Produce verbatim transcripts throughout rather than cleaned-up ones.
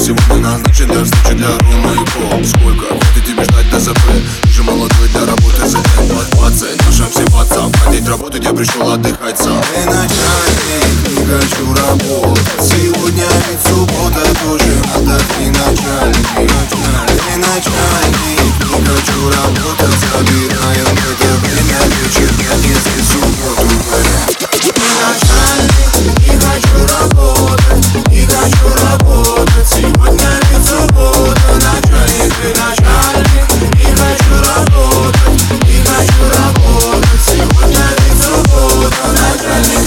сегодня назначен для встречи для Рома и Пол. Сколько будет тебе ждать ДЗП? Ты же молодой для работы за двадцать. Нашим всем пацам ходить работать, я пришел отдыхать сам. Ты начальник, не хочу работать. Сегодня ведь суббота, тоже отдохни, начальник. Ты начальник, не хочу работать. Забираем это время, вечер, пятницы, субботу. Ты начальник, не хочу работать. Не хочу работать. Сегодня ведь суббота, начальник. Ты начальник, не хочу работать. Не хочу работать. Сегодня ведь суббота, начальник.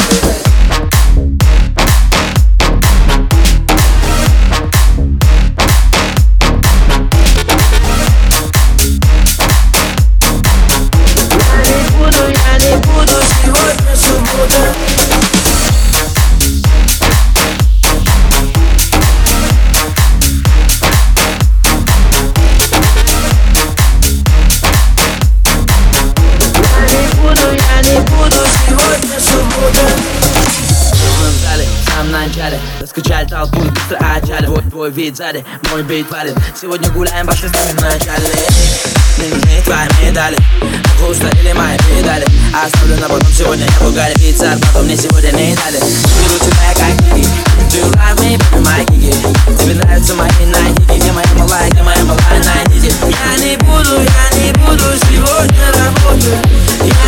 Раскачали толпу, быстро отчали. Твой, твой вид сзади, мой бит валит. Сегодня гуляем, пошли с нами вначале. Мне нужны твои медали. Устарели мои педали. Оставлю на потом, сегодня я бугали. Ведь зарплату мне сегодня не дали. Беру тебя как кики. Do you love me, baby, мои кики? Тебе нравятся мои найдики. Где моя малая, где моя малая, найдите. Я не буду, я не буду сегодня работать. Я